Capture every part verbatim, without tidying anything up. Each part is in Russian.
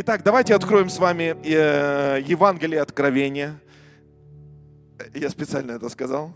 Итак, давайте откроем с вами э, Евангелие Откровения. Я специально это сказал.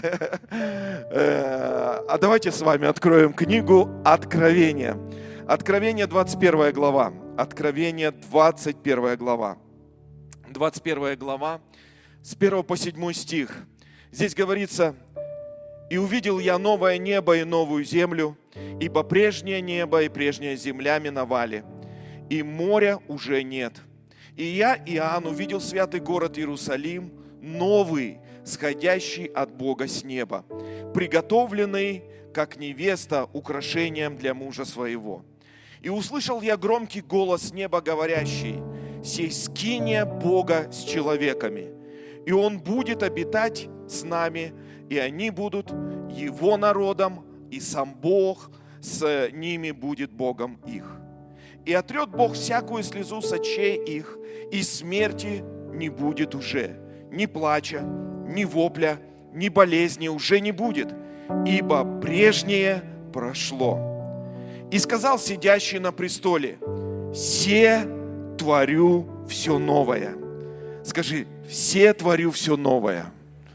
А давайте с вами откроем книгу Откровения. Откровение, двадцать первая глава. Откровение, двадцать первая глава. двадцать первая глава, с первого по седьмой стих. Здесь говорится: «И увидел я новое небо и новую землю, ибо прежнее небо и прежняя земля миновали, и моря уже нет. И я, Иоанн, увидел святый город Иерусалим, новый, сходящий от Бога с неба, приготовленный, как невеста, украшением для мужа своего. И услышал я громкий голос неба, говорящий: сей скиния Бога с человеками, и Он будет обитать с нами, и они будут Его народом, и сам Бог с ними будет Богом их. И отрет Бог всякую слезу с очей их, и смерти не будет уже, ни плача, ни вопля, ни болезни уже не будет, ибо прежнее прошло. И сказал сидящий на престоле: се творю все новое». Скажи: все творю все новое.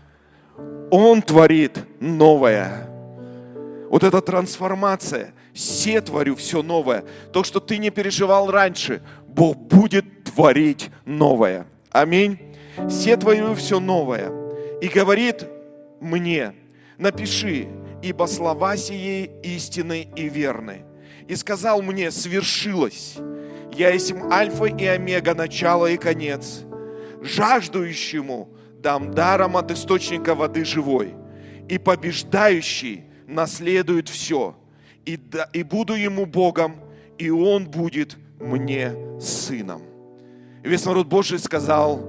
Он творит новое. Вот эта трансформация. Все творю все новое. То, что ты не переживал раньше, Бог будет творить новое. Аминь. Все творю все новое. И говорит мне: напиши, ибо слова сии истинны и верны. И сказал мне: свершилось. Я есть Альфа и Омега, начало и конец. Жаждущему дам даром от источника воды живой, и побеждающий наследует все, и, да, и буду ему Богом, и он будет мне сыном. И весь народ Божий сказал: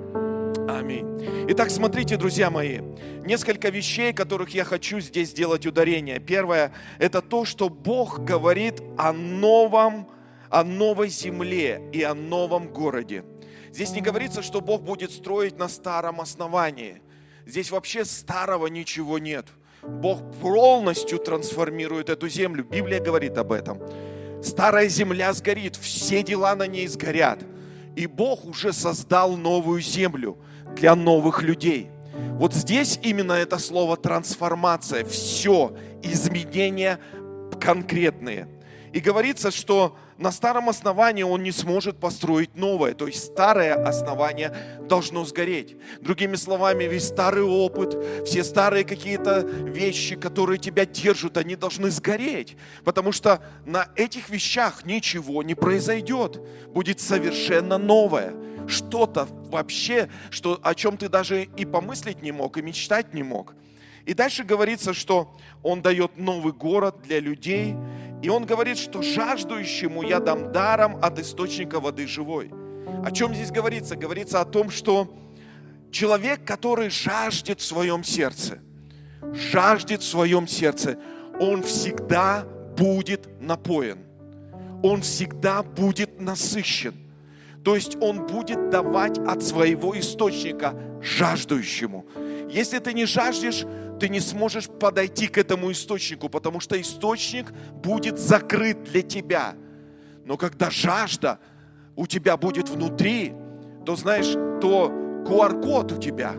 аминь. Итак, смотрите, друзья мои, несколько вещей, которых я хочу здесь сделать ударение. Первое, это то, что Бог говорит о новом, о новой земле и о новом городе. Здесь не говорится, что Бог будет строить на старом основании. Здесь вообще старого ничего нет. Бог полностью трансформирует эту землю. Библия говорит об этом. Старая земля сгорит, все дела на ней сгорят. И Бог уже создал новую землю для новых людей. Вот здесь именно это слово трансформация. Все, изменения конкретные. И говорится, что на старом основании он не сможет построить новое. То есть старое основание должно сгореть. Другими словами, весь старый опыт, все старые какие-то вещи, которые тебя держат, они должны сгореть. Потому что на этих вещах ничего не произойдет. Будет совершенно новое. Что-то вообще, что, о чем ты даже и помыслить не мог, и мечтать не мог. И дальше говорится, что он дает новый город для людей. И он говорит, что жаждущему я дам даром от источника воды живой. О чем здесь говорится? Говорится о том, что человек, который жаждет в своем сердце, жаждет в своем сердце, он всегда будет напоен. Он всегда будет насыщен. То есть он будет давать от своего источника жаждущему. Если ты не жаждешь, ты не сможешь подойти к этому источнику, потому что источник будет закрыт для тебя. Но когда жажда у тебя будет внутри, то знаешь, то ку ар код у тебя,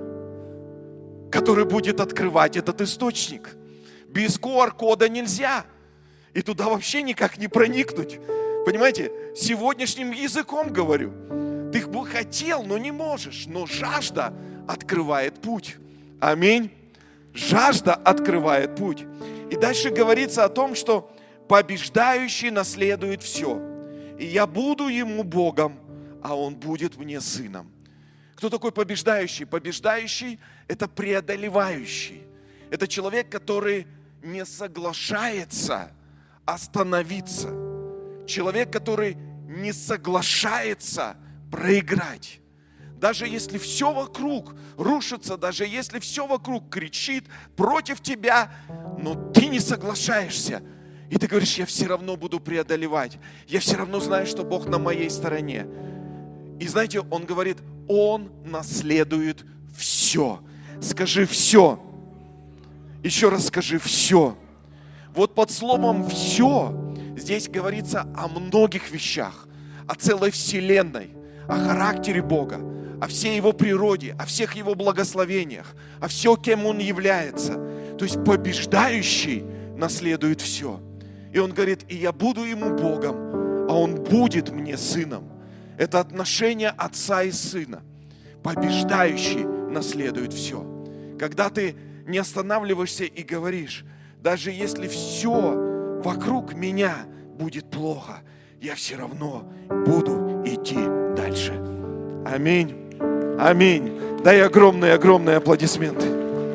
который будет открывать этот источник. Без ку ар кода нельзя. И туда вообще никак не проникнуть. Понимаете, сегодняшним языком говорю. Ты бы хотел, но не можешь. Но жажда открывает путь. Аминь. Жажда открывает путь. И дальше говорится о том, что побеждающий наследует все. И я буду ему Богом, а он будет мне сыном. Кто такой побеждающий? Побеждающий – это преодолевающий. Это человек, который не соглашается остановиться. Человек, который не соглашается проиграть. Даже если все вокруг рушится, даже если все вокруг кричит против тебя, но ты не соглашаешься. И ты говоришь: я все равно буду преодолевать. Я все равно знаю, что Бог на моей стороне. И знаете, Он говорит, Он наследует все. Скажи все. Еще раз скажи все. Вот под словом все здесь говорится о многих вещах. о целой вселенной, о характере Бога, о всей Его природе, о всех Его благословениях, о всем, кем Он является. То есть побеждающий наследует все. И Он говорит, и я буду ему Богом, а он будет мне сыном. Это отношение отца и сына. Побеждающий наследует все. Когда ты не останавливаешься и говоришь, даже если все вокруг меня будет плохо, я все равно буду идти дальше. Аминь. Аминь. Дай огромные-огромные аплодисменты.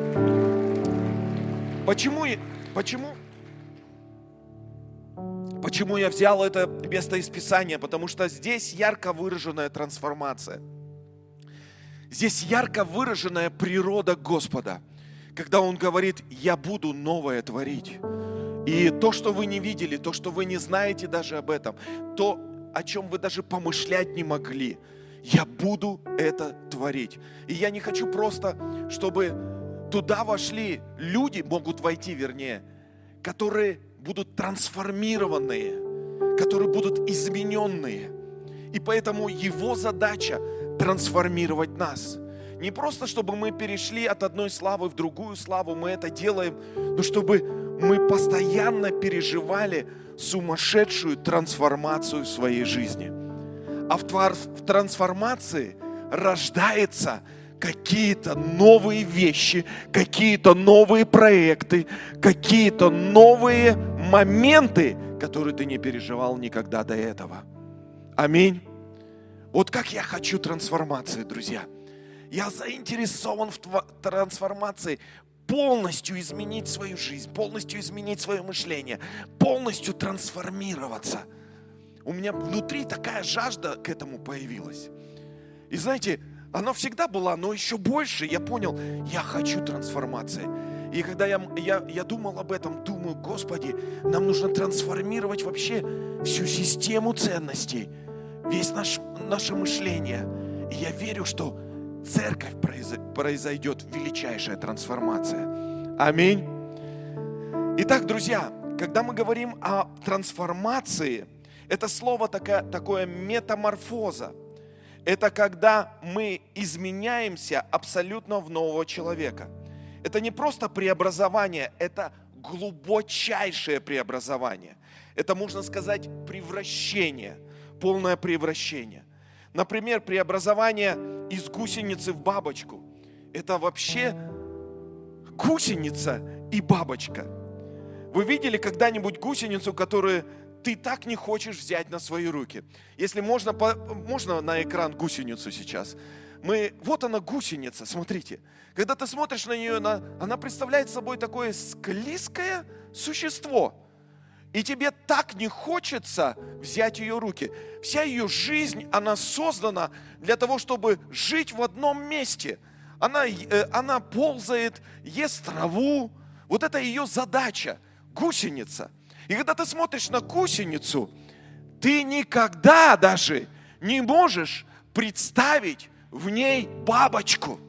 Почему, почему, почему я взял это место из Писания? Потому что здесь ярко выраженная трансформация. Здесь ярко выраженная природа Господа. Когда Он говорит, я буду новое творить. И то, что вы не видели, то, что вы не знаете даже об этом, то, о чем вы даже помышлять не могли, я буду это творить. И я не хочу просто, чтобы туда вошли люди, могут войти, вернее, которые будут трансформированные, которые будут измененные. И поэтому Его задача трансформировать нас. Не просто, чтобы мы перешли от одной славы в другую славу, мы это делаем, но чтобы мы постоянно переживали сумасшедшую трансформацию в своей жизни. А в, твор- в трансформации рождаются какие-то новые вещи, какие-то новые проекты, какие-то новые моменты, которые ты не переживал никогда до этого. Аминь. Вот как я хочу трансформации, друзья. Я заинтересован в трансформации, полностью изменить свою жизнь, полностью изменить свое мышление, полностью трансформироваться. У меня внутри такая жажда к этому появилась. И знаете, она всегда была, но еще больше. Я понял, я хочу трансформации. И когда я, я, я думал об этом, думаю, Господи, нам нужно трансформировать вообще всю систему ценностей, весь наш, наше мышление. И я верю, что церковь произойдет величайшая трансформация. Аминь. Итак, друзья, когда мы говорим о трансформации, это слово такое, такое метаморфоза. Это когда мы изменяемся абсолютно в нового человека. Это не просто преобразование, это глубочайшее преобразование. Это, можно сказать, превращение, полное превращение. Например, преобразование из гусеницы в бабочку. Это вообще гусеница и бабочка. Вы видели когда-нибудь гусеницу, которую ты так не хочешь взять на свои руки? Если можно, можно на экран гусеницу сейчас. Мы, вот она гусеница, смотрите. Когда ты смотришь на нее, она, она представляет собой такое склизкое существо. И тебе так не хочется взять ее руки. Вся ее жизнь, она создана для того, чтобы жить в одном месте. Она, она ползает, ест траву. Вот это ее задача, гусеница. И когда ты смотришь на гусеницу, ты никогда даже не можешь представить в ней бабочку.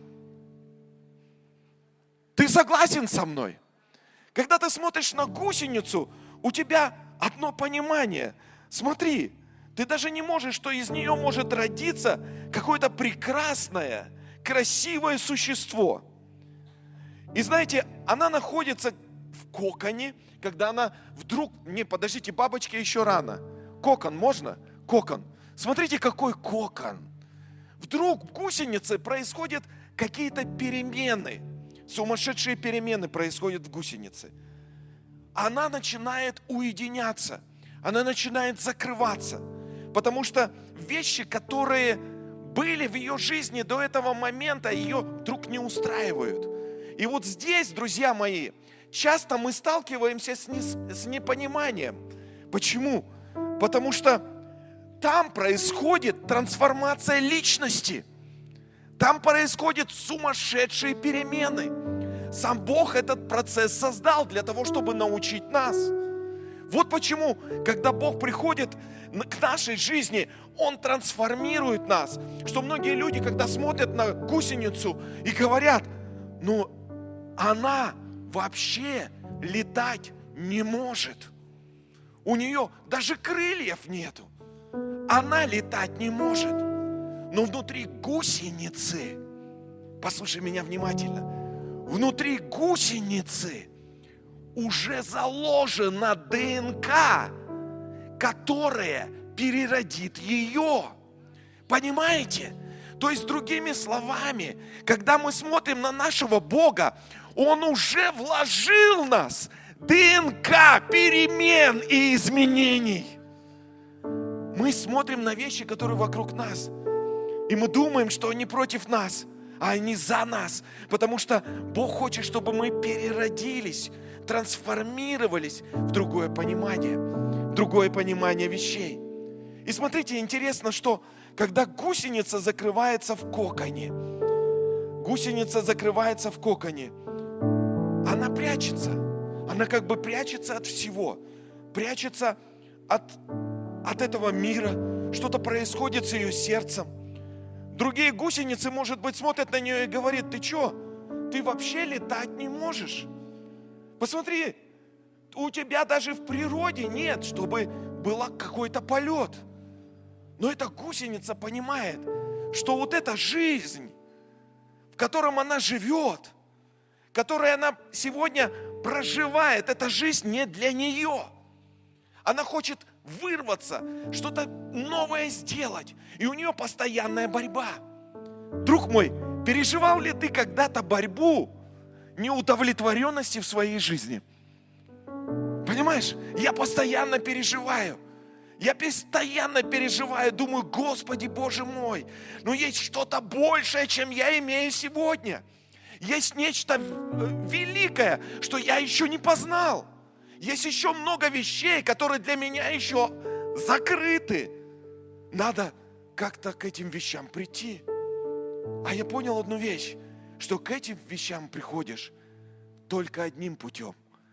Ты согласен со мной? Когда ты смотришь на гусеницу, у тебя одно понимание. Смотри, ты даже не можешь, что из нее может родиться какое-то прекрасное, красивое существо. И знаете, она находится в коконе, когда она вдруг... Не, подождите, бабочке еще рано. Кокон можно? Кокон. Смотрите, какой кокон. Вдруг в гусенице происходят какие-то перемены. Сумасшедшие перемены происходят в гусенице. Она начинает уединяться, она начинает закрываться, потому что вещи, которые были в ее жизни до этого момента, ее вдруг не устраивают. И вот здесь, друзья мои, часто мы сталкиваемся с, не, с непониманием. Почему? Потому что там происходит трансформация личности, там происходят сумасшедшие перемены. Сам Бог этот процесс создал для того, чтобы научить нас. Вот почему, когда Бог приходит к нашей жизни, Он трансформирует нас. Что многие люди, когда смотрят на гусеницу и говорят, ну, она вообще летать не может. У нее даже крыльев нету. она летать не может. Но внутри гусеницы, послушай меня внимательно, внутри гусеницы уже заложена ДНК, которая переродит ее. Понимаете? То есть, другими словами, когда мы смотрим на нашего Бога, Он уже вложил в нас ДНК перемен и изменений. Мы смотрим на вещи, которые вокруг нас, и мы думаем, что они против нас, а они за нас, потому что Бог хочет, чтобы мы переродились, трансформировались в другое понимание, в другое понимание вещей. И смотрите, интересно, что когда гусеница закрывается в коконе, гусеница закрывается в коконе, она прячется, она как бы прячется от всего, прячется от, от этого мира, что-то происходит с ее сердцем. Другие гусеницы, может быть, смотрят на нее и говорят: ты что, ты вообще летать не можешь? Посмотри, у тебя даже в природе нет, чтобы был какой-то полет. Но эта гусеница понимает, что вот эта жизнь, в котором она живет, которую она сегодня проживает, эта жизнь не для нее. Она хочет вырваться, что-то новое сделать. И у нее постоянная борьба. Друг мой, переживал ли ты когда-то борьбу неудовлетворенности в своей жизни? Понимаешь, я постоянно переживаю. Я постоянно переживаю, думаю: Господи, Боже мой, но есть что-то большее, чем я имею сегодня. Есть нечто великое, что я еще не познал. Есть еще много вещей, которые для меня еще закрыты. Надо как-то к этим вещам прийти. А я понял одну вещь, что к этим вещам приходишь только одним путем.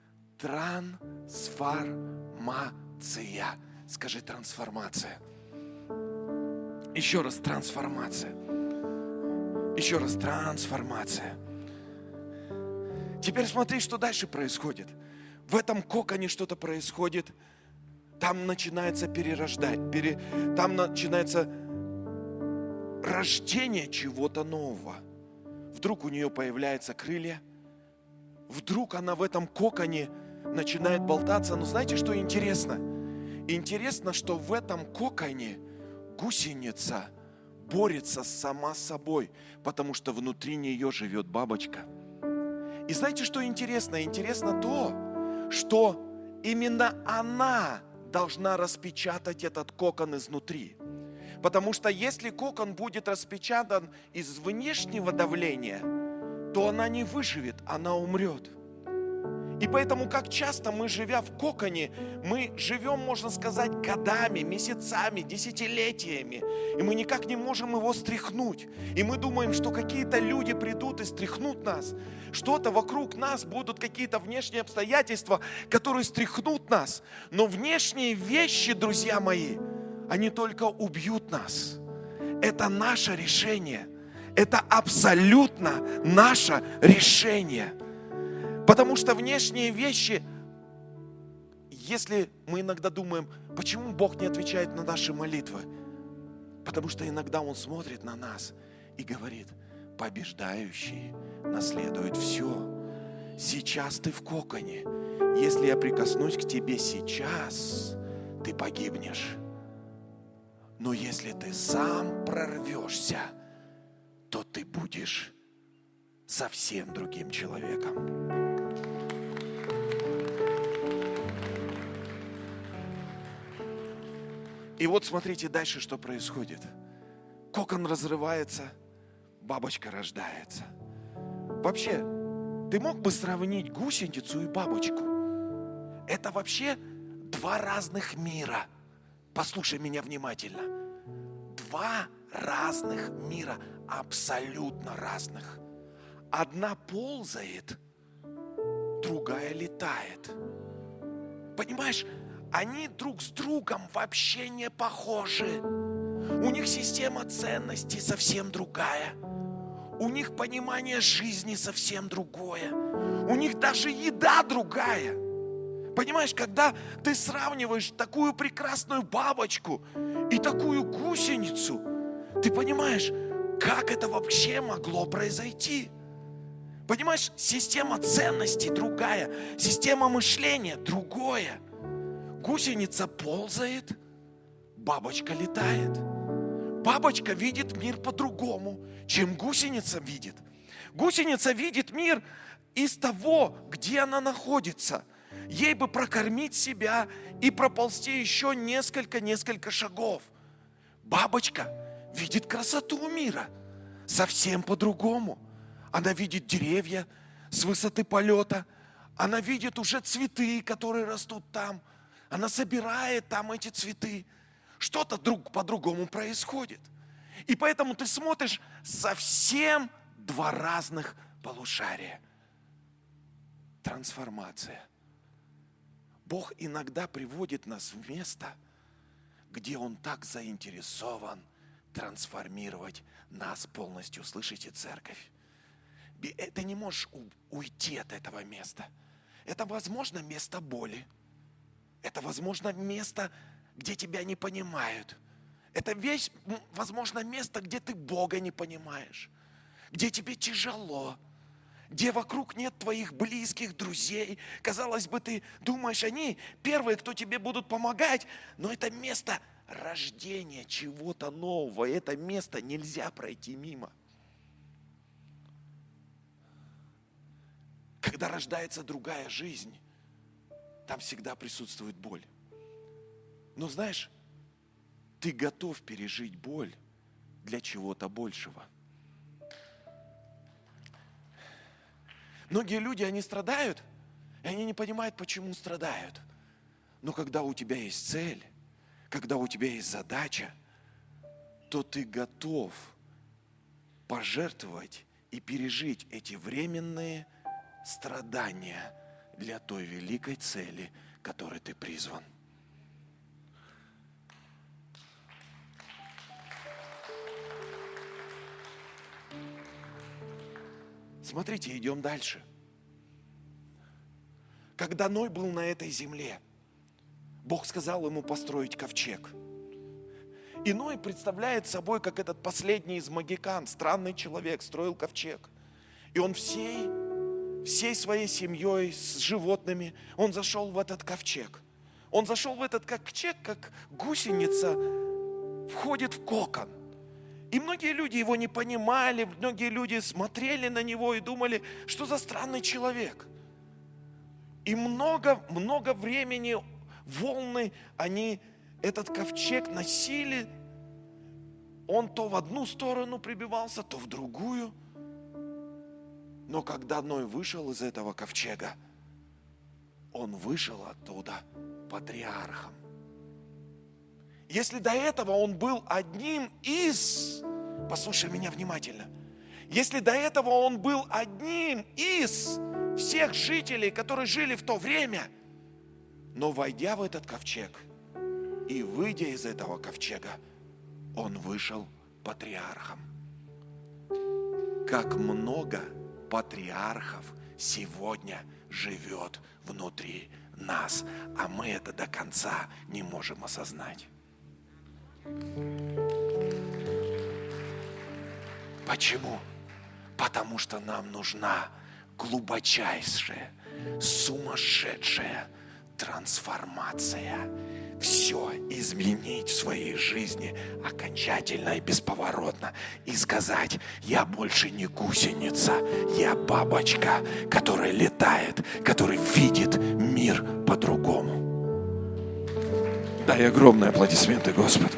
Трансформация. Скажи: трансформация. Еще раз: трансформация. Еще раз: трансформация. Теперь смотри, что дальше происходит. В этом коконе что-то происходит. Там начинается перерождать, пере... там начинается рождение чего-то нового. Вдруг у нее появляются крылья. Вдруг она в этом коконе начинает болтаться. Но знаете, что интересно? Интересно, что в этом коконе гусеница борется сама с собой, потому что внутри нее живет бабочка. И знаете, что интересно? Интересно то, что именно она должна распечатать этот кокон изнутри. Потому что если кокон будет распечатан из внешнего давления, то она не выживет, она умрет. И поэтому, как часто мы, живя в коконе, мы живем, можно сказать, годами, месяцами, десятилетиями, и мы никак не можем его стряхнуть. И мы думаем, что какие-то люди придут и стряхнут нас. Что-то вокруг нас будут, какие-то внешние обстоятельства, которые стряхнут нас. Но внешние вещи, друзья мои, они только убьют нас. Это наше решение. Это абсолютно наше решение. Потому что внешние вещи, если мы иногда думаем, почему Бог не отвечает на наши молитвы? Потому что иногда Он смотрит на нас и говорит: побеждающий наследует все. Сейчас ты в коконе. Если я прикоснусь к тебе сейчас, ты погибнешь. Но если ты сам прорвешься, то ты будешь совсем другим человеком. И вот смотрите дальше, что происходит. Кокон разрывается, бабочка рождается. Вообще, ты мог бы сравнить гусеницу и бабочку? Это вообще два разных мира. Послушай меня внимательно. Два разных мира, абсолютно разных. Одна ползает, другая летает. Понимаешь? Они друг с другом вообще не похожи. У них система ценностей совсем другая. У них понимание жизни совсем другое. У них даже еда другая. Понимаешь, когда ты сравниваешь такую прекрасную бабочку и такую гусеницу, ты понимаешь, как это вообще могло произойти? Понимаешь, система ценностей другая, система мышления другое. Гусеница ползает, бабочка летает. Бабочка видит мир по-другому, чем гусеница видит. Гусеница видит мир из того, где она находится. Ей бы прокормить себя и проползти еще несколько-несколько шагов. Бабочка видит красоту мира совсем по-другому. Она видит деревья с высоты полета. Она видит уже цветы, которые растут там. Она собирает там эти цветы. Что-то друг по-другому происходит. И поэтому ты смотришь совсем два разных полушария. Трансформация. Бог иногда приводит нас в место, где Он так заинтересован трансформировать нас полностью. Слышите, церковь? Ты не можешь уйти от этого места. Это, возможно, место боли. Это, возможно, место, где тебя не понимают. Это вещь, возможно, место, где ты Бога не понимаешь. Где тебе тяжело. Где вокруг нет твоих близких, друзей. Казалось бы, ты думаешь, они первые, кто тебе будут помогать. Но это место рождения чего-то нового. Это место нельзя пройти мимо. Когда рождается другая жизнь, там всегда присутствует боль. Но знаешь, ты готов пережить боль для чего-то большего. Многие люди, они страдают, и они не понимают, почему страдают. Но когда у тебя есть цель, когда у тебя есть задача, то ты готов пожертвовать и пережить эти временные страдания для той великой цели, к которой ты призван. Смотрите, идем дальше. Когда Ной был на этой земле, Бог сказал ему построить ковчег. И Ной представляет собой, как этот последний из могикан, странный человек, строил ковчег. И он всей, всей своей семьей, с животными, он зашел в этот ковчег. Он зашел в этот ковчег, как гусеница входит в кокон. И многие люди его не понимали, многие люди смотрели на него и думали, что за странный человек. И много, много времени волны, они этот ковчег носили. Он то в одну сторону прибивался, то в другую. Но когда Ной вышел из этого ковчега, он вышел оттуда патриархом. Если до этого он был одним из, послушай меня внимательно, если до этого он был одним из всех жителей, которые жили в то время, но войдя в этот ковчег и выйдя из этого ковчега, он вышел патриархом. Как много патриархов сегодня живет внутри нас, а мы это до конца не можем осознать. Почему? Потому что нам нужна глубочайшая, сумасшедшая трансформация. Все изменить в своей жизни окончательно и бесповоротно. И сказать: я больше не гусеница, я бабочка, которая летает, которая видит мир по-другому. Дай огромные аплодисменты Господу.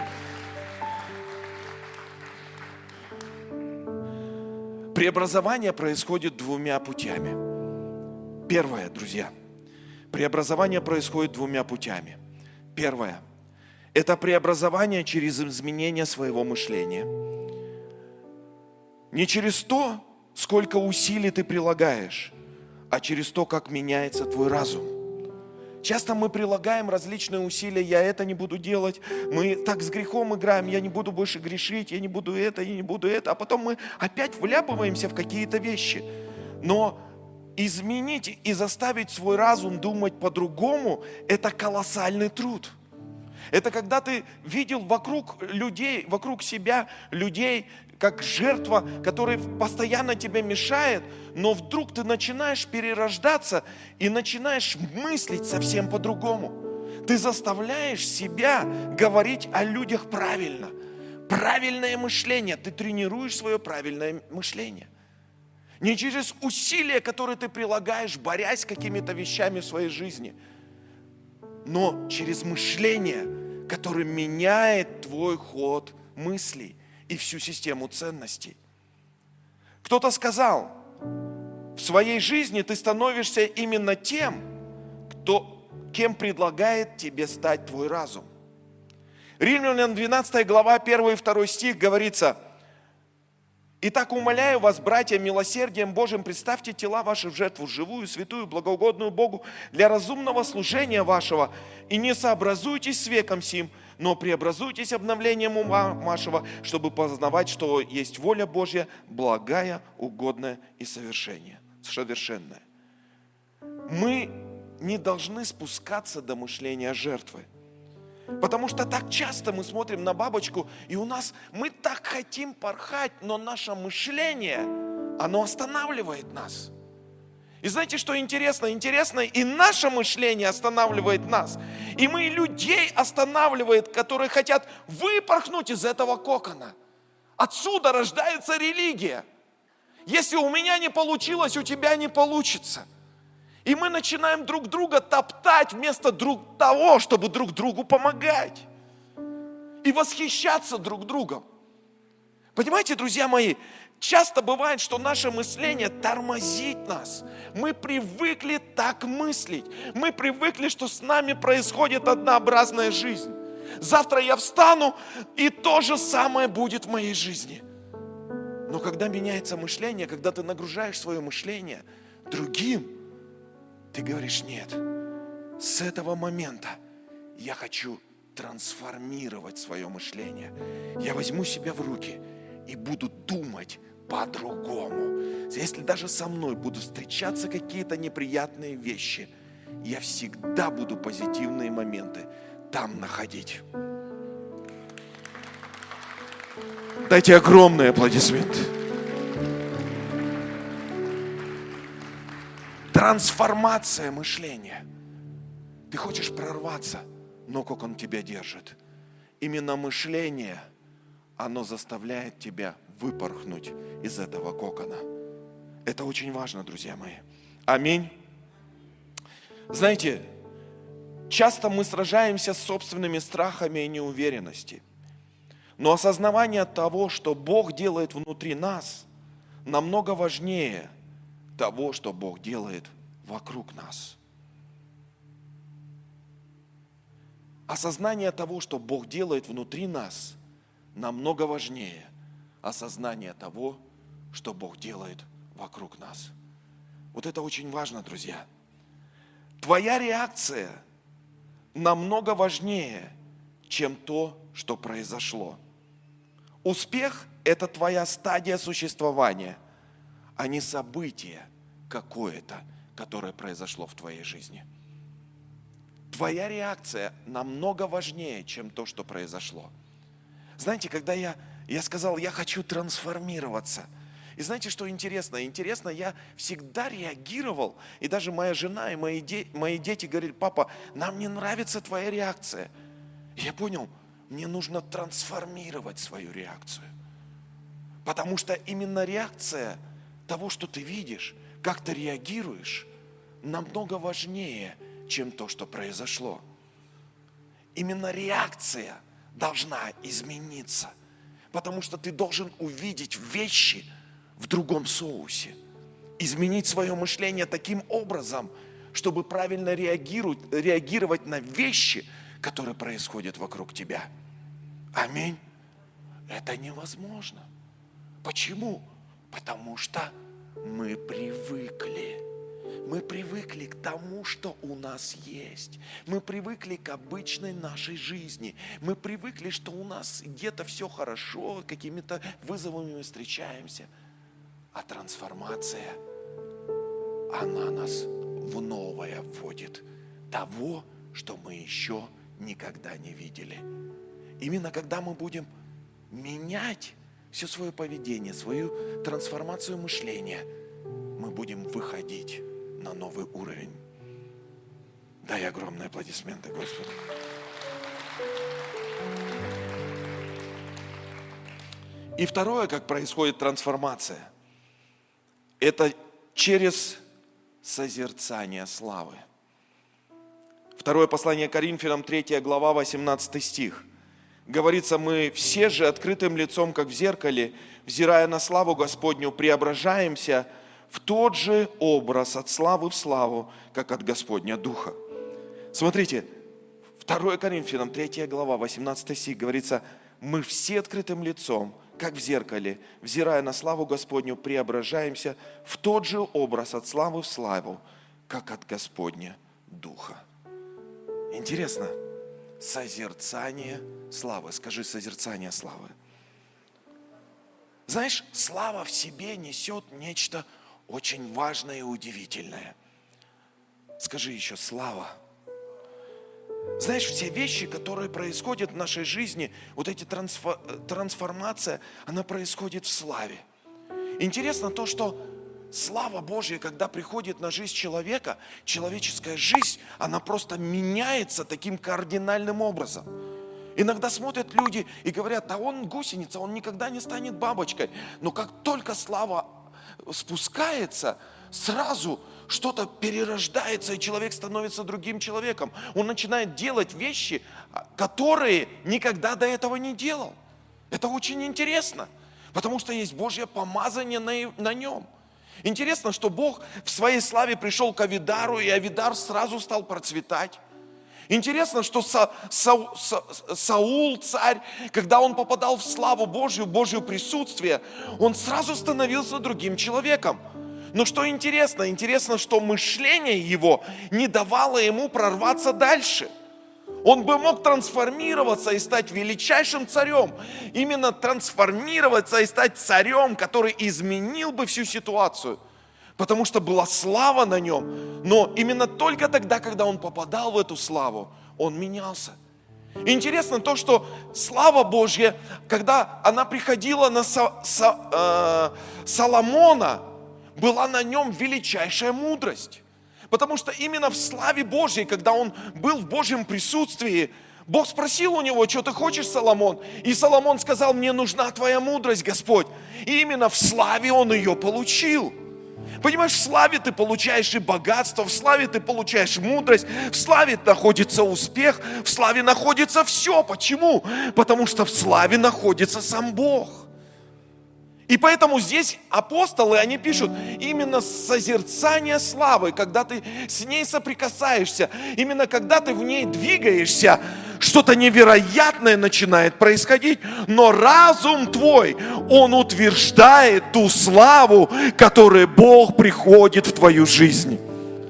Преобразование происходит двумя путями. Первое, друзья, преобразование происходит двумя путями. Первое – это преобразование через изменение своего мышления. Не через то, сколько усилий ты прилагаешь, а через то, как меняется твой разум. Часто мы прилагаем различные усилия: я это не буду делать, мы так с грехом играем, я не буду больше грешить, я не буду это, я не буду это, а потом мы опять вляпываемся в какие-то вещи. Но изменить и заставить свой разум думать по-другому – это колоссальный труд. Это когда ты видел вокруг людей, вокруг себя людей, как жертва, которая постоянно тебе мешает, но вдруг ты начинаешь перерождаться и начинаешь мыслить совсем по-другому. Ты заставляешь себя говорить о людях правильно. Правильное мышление. Ты тренируешь свое правильное мышление. Не через усилия, которые ты прилагаешь, борясь с какими-то вещами в своей жизни, но через мышление, которое меняет твой ход мыслей и всю систему ценностей. Кто-то сказал, в своей жизни ты становишься именно тем, кто, кем предлагает тебе стать твой разум. Римлянам двенадцатая глава, первый и второй стих говорится: «Итак, умоляю вас, братья, милосердием Божьим, представьте тела ваши в жертву живую, святую, благоугодную Богу для разумного служения вашего, и не сообразуйтесь с веком сим, но преобразуйтесь обновлением ума вашего, чтобы познавать, что есть воля Божья, благая, угодная и совершенная». Мы не должны спускаться до мышления жертвы. Потому что так часто мы смотрим на бабочку, и у нас, мы так хотим порхать, но наше мышление, оно останавливает нас. И знаете, что интересно? Интересно, и наше мышление останавливает нас. И мы людей останавливает, которые хотят выпорхнуть из этого кокона. Отсюда рождается религия. Если у меня не получилось, у тебя не получится. И мы начинаем друг друга топтать вместо друг того, чтобы друг другу помогать. И восхищаться друг другом. Понимаете, друзья мои, часто бывает, что наше мышление тормозит нас. Мы привыкли так мыслить. Мы привыкли, что с нами происходит однообразная жизнь. Завтра я встану, и то же самое будет в моей жизни. Но когда меняется мышление, когда ты нагружаешь свое мышление другим, ты говоришь: нет, с этого момента я хочу трансформировать свое мышление. Я возьму себя в руки и буду думать по-другому. Если даже со мной будут встречаться какие-то неприятные вещи, я всегда буду позитивные моменты там находить. Дайте огромный аплодисмент. Трансформация мышления. Ты хочешь прорваться, но как он тебя держит? Именно мышление, оно заставляет тебя выпорхнуть из этого кокона. Это очень важно, друзья мои. Аминь. Знаете, часто мы сражаемся с собственными страхами и неуверенностью. Но осознавание того, что Бог делает внутри нас, намного важнее того, что Бог делает вокруг нас. Осознание того, что Бог делает внутри нас, намного важнее осознания того, что Бог делает вокруг нас. Вот это очень важно, друзья. Твоя реакция намного важнее, чем то, что произошло. Успех – это твоя стадия существования, а не событие какое-то, которое произошло в твоей жизни. Твоя реакция намного важнее, чем то, что произошло. Знаете, когда я, я сказал, я хочу трансформироваться, и знаете, что интересно? Интересно, я всегда реагировал, и даже моя жена и мои, де, мои дети говорили: папа, нам не нравится твоя реакция. И я понял, мне нужно трансформировать свою реакцию. Потому что именно реакция того, что ты видишь, как ты реагируешь, намного важнее, чем то, что произошло. Именно реакция должна измениться. Потому что ты должен увидеть вещи в другом соусе. Изменить свое мышление таким образом, чтобы правильно реагировать, реагировать на вещи, которые происходят вокруг тебя. Аминь. Это невозможно. Почему? Потому что мы привыкли. Мы привыкли к тому, что у нас есть. Мы привыкли к обычной нашей жизни. Мы привыкли, что у нас где-то все хорошо, какими-то вызовами мы встречаемся. А трансформация она нас в новое вводит. Того, что мы еще никогда не видели. Именно когда мы будем менять все свое поведение, свою трансформацию мышления, мы будем выходить на новый уровень. Дай огромные аплодисменты Господу. И второе, как происходит трансформация, это через созерцание славы. Второе послание Коринфянам, третья глава, восемнадцатый стих. Говорится, мы все же открытым лицом, как в зеркале, взирая на славу Господню, преображаемся в тот же образ от славы в славу, как от Господня Духа. Смотрите, второе Коринфянам, третья глава, восемнадцатый стих, говорится, мы все открытым лицом, как в зеркале, взирая на славу Господню, преображаемся в тот же образ от славы в славу, как от Господня Духа. Интересно, созерцание славы. Скажи, созерцание славы. Знаешь, слава в себе несет нечто очень важное и удивительное. Скажи еще, слава. Знаешь, все вещи, которые происходят в нашей жизни, вот эти трансфор, трансформация, она происходит в славе. Интересно то, что слава Божья, когда приходит на жизнь человека, человеческая жизнь, она просто меняется таким кардинальным образом. Иногда смотрят люди и говорят, да он гусеница, он никогда не станет бабочкой. Но как только слава спускается, сразу что-то перерождается, и человек становится другим человеком. Он начинает делать вещи, которые никогда до этого не делал. Это очень интересно, потому что есть Божье помазание на, на нем. Интересно, что Бог в своей славе пришел к Авидару, и Авидар сразу стал процветать. Интересно, что Са, Са, Са, Саул, царь, когда он попадал в славу Божью, Божье присутствие, он сразу становился другим человеком. Но что интересно, интересно, что мышление его не давало ему прорваться дальше. Он бы мог трансформироваться и стать величайшим царем. Именно трансформироваться и стать царем, который изменил бы всю ситуацию. Потому что была слава на нем. Но именно только тогда, когда он попадал в эту славу, он менялся. Интересно то, что слава Божья, когда она приходила на Со, Со, э, Соломона, была на нем величайшая мудрость. Потому что именно в славе Божьей, когда он был в Божьем присутствии, Бог спросил у него, что ты хочешь, Соломон? И Соломон сказал, мне нужна твоя мудрость, Господь. И именно в славе он ее получил. Понимаешь, в славе ты получаешь и богатство, в славе ты получаешь мудрость, в славе находится успех, в славе находится все. Почему? Потому что в славе находится сам Бог. И поэтому здесь апостолы, они пишут, именно созерцание славы, когда ты с ней соприкасаешься, именно когда ты в ней двигаешься, что-то невероятное начинает происходить, но разум твой, он утверждает ту славу, которой Бог приходит в твою жизнь.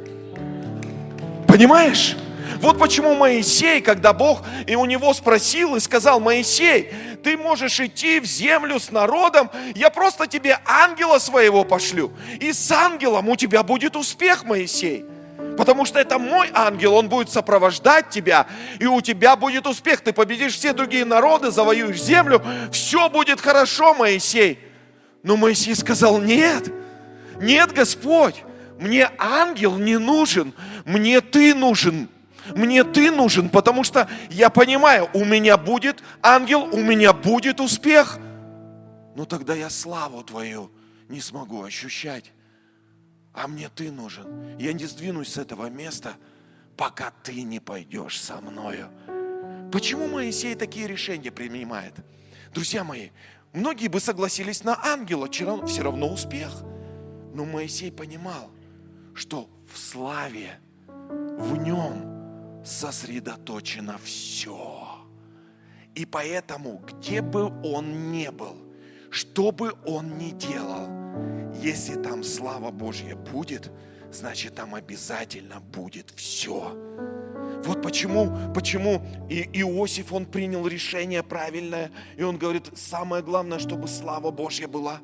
Понимаешь? Вот почему Моисей, когда Бог и у него спросил и сказал, Моисей, ты можешь идти в землю с народом, я просто тебе ангела своего пошлю. И с ангелом у тебя будет успех, Моисей. Потому что это мой ангел, он будет сопровождать тебя, и у тебя будет успех. Ты победишь все другие народы, завоюешь землю, все будет хорошо, Моисей. Но Моисей сказал, нет, нет, Господь, мне ангел не нужен, мне ты нужен. Мне ты нужен, потому что я понимаю, у меня будет ангел, у меня будет успех. Но тогда я славу твою не смогу ощущать. А мне ты нужен. Я не сдвинусь с этого места, пока ты не пойдешь со мною. Почему Моисей такие решения принимает? Друзья мои, многие бы согласились на ангела, все равно успех. Но Моисей понимал, что в славе, в нем сосредоточено все. И поэтому, где бы он ни был, что бы он ни делал, если там слава Божья будет, значит там обязательно будет все. Вот почему, почему и Иосиф, он принял решение правильное, и он говорит, самое главное, чтобы слава Божья была.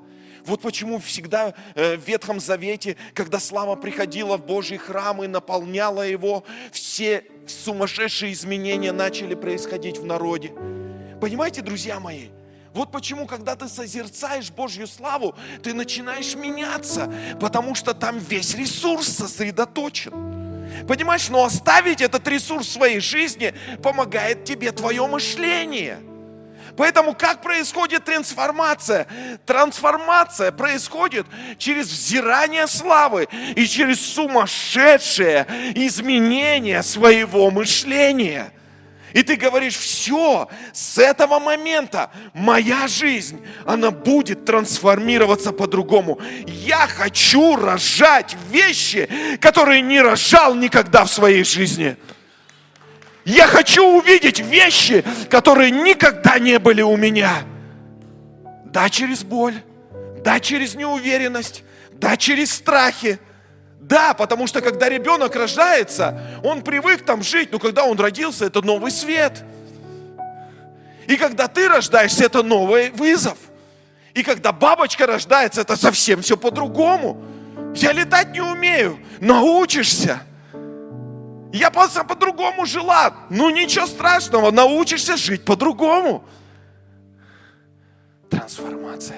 Вот почему всегда в Ветхом Завете, когда слава приходила в Божий храм и наполняла его, все сумасшедшие изменения начали происходить в народе. Понимаете, друзья мои? Вот почему, когда ты созерцаешь Божью славу, ты начинаешь меняться, потому что там весь ресурс сосредоточен. Понимаешь, но оставить этот ресурс в своей жизни помогает тебе твое мышление. Поэтому как происходит трансформация? Трансформация происходит через взирание славы и через сумасшедшее изменение своего мышления. И ты говоришь, все, с этого момента моя жизнь, она будет трансформироваться по-другому. Я хочу рожать вещи, которые не рожал никогда в своей жизни. Я хочу увидеть вещи, которые никогда не были у меня. Да, через боль, да, через неуверенность, да, через страхи. Да, потому что когда ребенок рождается, он привык там жить, но когда он родился, это новый свет. И когда ты рождаешься, это новый вызов. И когда бабочка рождается, это совсем все по-другому. Я летать не умею, научишься. Я просто по-другому жила. Ну ничего страшного, научишься жить по-другому. Трансформация.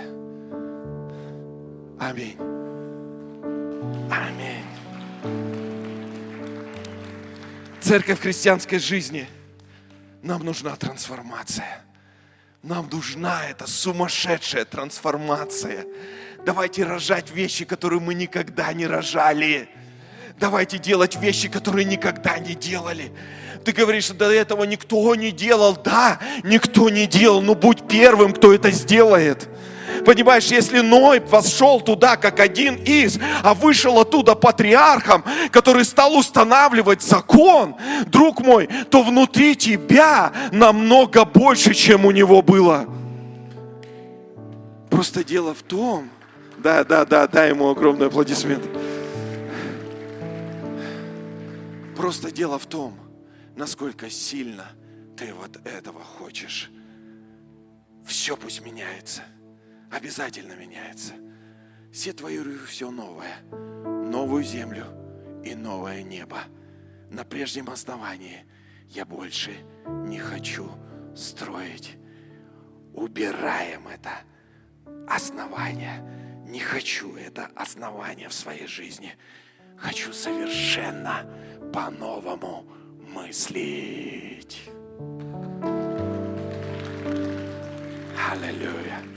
Аминь. Аминь. Церковь христианской жизни, нам нужна трансформация. Нам нужна эта сумасшедшая трансформация. Давайте рожать вещи, которые мы никогда не рожали. Давайте делать вещи, которые никогда не делали. Ты говоришь, что до этого никто не делал. Да, никто не делал, но будь первым, кто это сделает. Понимаешь, если Ной вошел туда как один из, а вышел оттуда патриархом, который стал устанавливать закон, друг мой, то внутри тебя намного больше, чем у него было. Просто дело в том, да, да, да, дай ему огромный аплодисмент. Просто дело в том, насколько сильно ты вот этого хочешь. Все пусть меняется. Обязательно меняется. Все твои все новое. Новую землю и новое небо. На прежнем основании я больше не хочу строить. Убираем это основание. Не хочу это основание в своей жизни. Хочу совершенно по-новому мыслить. Аллилуйя.